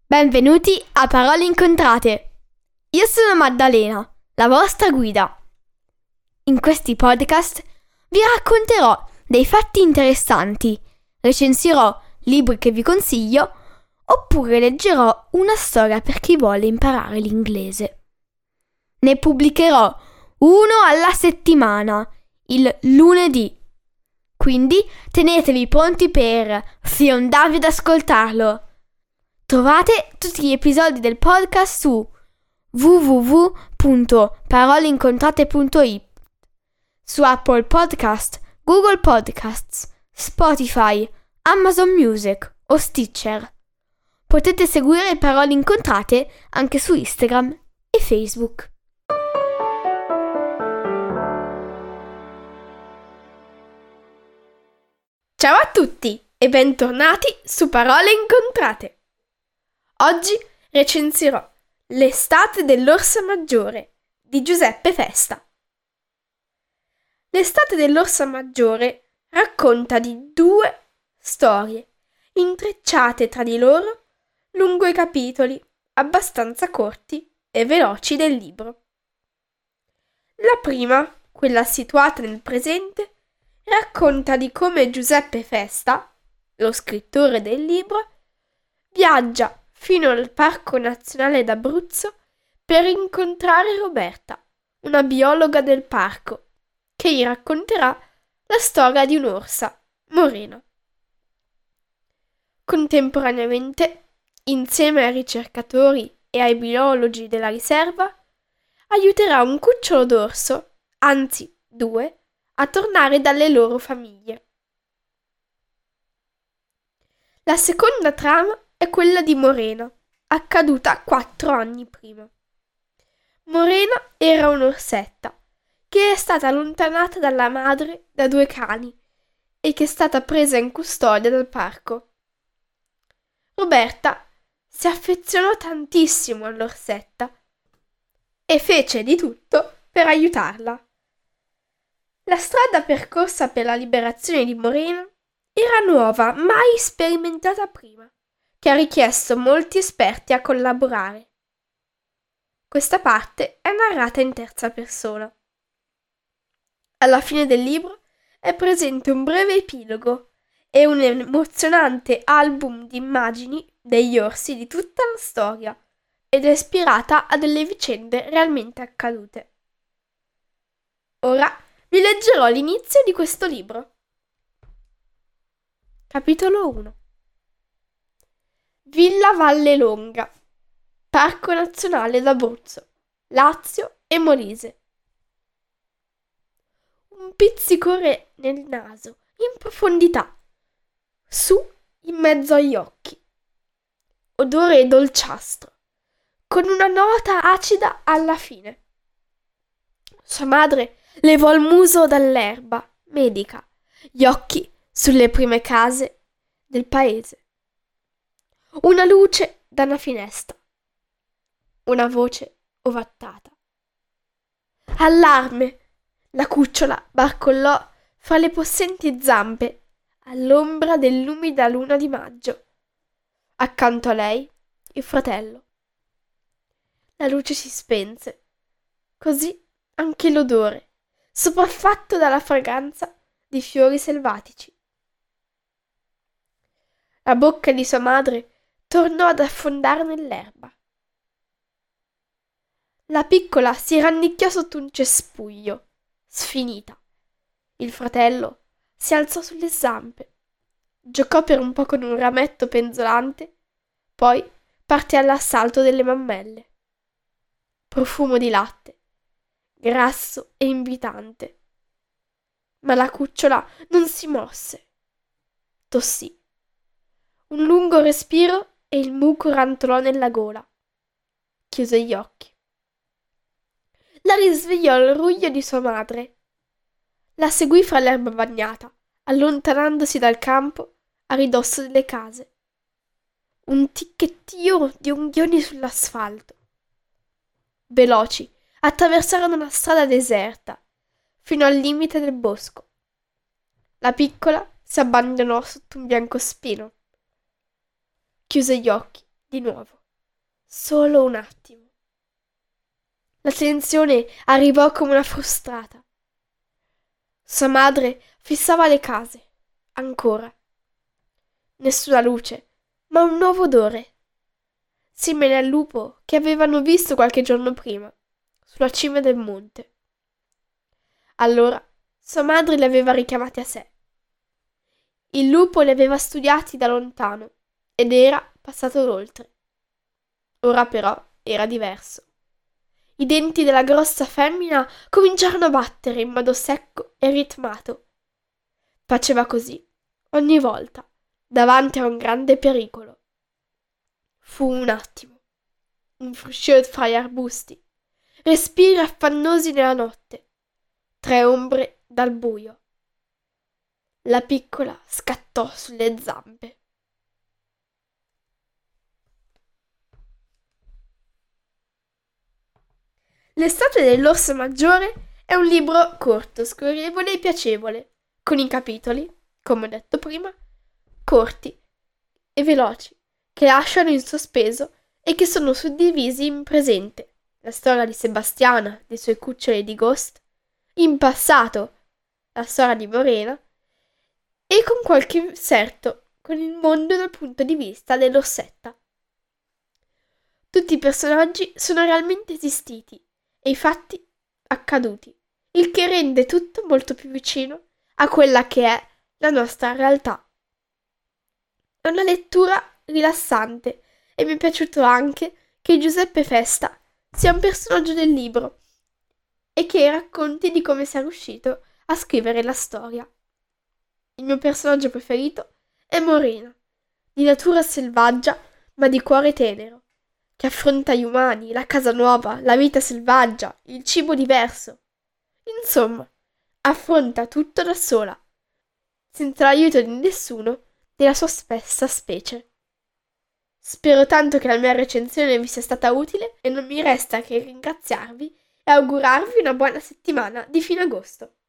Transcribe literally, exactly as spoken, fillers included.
Benvenuti a Parole Incontrate. Io sono Maddalena, la vostra guida. In questi podcast vi racconterò dei fatti interessanti, recensirò libri che vi consiglio, oppure leggerò una storia per chi vuole imparare l'inglese. Ne pubblicherò uno alla settimana, il lunedì. Quindi tenetevi pronti per fiondarvi ad ascoltarlo. Trovate tutti gli episodi del podcast su w w w punto paroleincontrate punto i t, su Apple Podcast, Google Podcasts, Spotify, Amazon Music o Stitcher. Potete seguire Parole Incontrate anche su Instagram e Facebook. Ciao a tutti e bentornati su Parole Incontrate. Oggi recensirò L'estate dell'Orsa Maggiore di Giuseppe Festa. L'estate dell'Orsa Maggiore racconta di due storie intrecciate tra di loro lungo i capitoli abbastanza corti e veloci del libro. La prima, quella situata nel presente, racconta di come Giuseppe Festa, lo scrittore del libro, viaggia fino al Parco Nazionale d'Abruzzo per incontrare Roberta, una biologa del parco, che gli racconterà la storia di un'orsa, Morena. Contemporaneamente, insieme ai ricercatori e ai biologi della riserva, aiuterà un cucciolo d'orso, anzi due, a tornare dalle loro famiglie. La seconda trama è quella di Morena, accaduta quattro anni prima. Morena era un'orsetta che è stata allontanata dalla madre da due cani e che è stata presa in custodia dal parco. Roberta si affezionò tantissimo all'orsetta e fece di tutto per aiutarla. La strada percorsa per la liberazione di Morena era nuova, mai sperimentata prima, che ha richiesto molti esperti a collaborare. Questa parte è narrata in terza persona. Alla fine del libro è presente un breve epilogo e un emozionante album di immagini degli orsi di tutta la storia ed è ispirata a delle vicende realmente accadute. Ora vi leggerò l'inizio di questo libro. Capitolo uno. Villa Valle Longa, Parco Nazionale d'Abruzzo, Lazio e Molise. Un pizzicore nel naso, in profondità, su in mezzo agli occhi. Odore dolciastro, con una nota acida alla fine. Sua madre levò il muso dall'erba medica, gli occhi sulle prime case del paese. Una luce da una finestra. Una voce ovattata. Allarme! La cucciola barcollò fra le possenti zampe all'ombra dell'umida luna di maggio. Accanto a lei il fratello. La luce si spense. Così anche l'odore, sopraffatto dalla fragranza di fiori selvatici. La bocca di sua madre tornò ad affondare nell'erba. La piccola si rannicchiò sotto un cespuglio, sfinita. Il fratello si alzò sulle zampe, giocò per un po' con un rametto penzolante, poi partì all'assalto delle mammelle. Profumo di latte, grasso e invitante. Ma la cucciola non si mosse. Tossì. Un lungo respiro e il muco rantolò nella gola. Chiuse gli occhi. La risvegliò il ruglio di sua madre. La seguì fra l'erba bagnata, allontanandosi dal campo a ridosso delle case. Un ticchettio di unghioni sull'asfalto. Veloci, attraversarono una strada deserta, fino al limite del bosco. La piccola si abbandonò sotto un biancospino. Chiuse gli occhi di nuovo. Solo un attimo. La tensione arrivò come una frustata. Sua madre fissava le case, ancora. Nessuna luce, ma un nuovo odore, simile al lupo che avevano visto qualche giorno prima, sulla cima del monte. Allora sua madre li aveva richiamati a sé. Il lupo li aveva studiati da lontano ed era passato l'oltre. Ora però era diverso. I denti della grossa femmina cominciarono a battere in modo secco e ritmato. Faceva così ogni volta davanti a un grande pericolo. Fu un attimo, un fruscio fra gli arbusti, respiri affannosi nella notte, tre ombre dal buio. La piccola scattò sulle zampe. L'estate dell'orso maggiore è un libro corto, scorrevole e piacevole, con i capitoli, come ho detto prima, corti e veloci, che lasciano in sospeso e che sono suddivisi in presente, la storia di Sebastiana, dei suoi cuccioli di Ghost, in passato, la storia di Morena, e con qualche inserto con il mondo dal punto di vista dell'orsetta. Tutti i personaggi sono realmente esistiti e i fatti accaduti, il che rende tutto molto più vicino a quella che è la nostra realtà. È una lettura rilassante e mi è piaciuto anche che Giuseppe Festa sia un personaggio del libro e che racconti di come sia riuscito a scrivere la storia. Il mio personaggio preferito è Morena, di natura selvaggia ma di cuore tenero, che affronta gli umani, la casa nuova, la vita selvaggia, il cibo diverso. Insomma, affronta tutto da sola, senza l'aiuto di nessuno della sua stessa specie. Spero tanto che la mia recensione vi sia stata utile e non mi resta che ringraziarvi e augurarvi una buona settimana di fine agosto.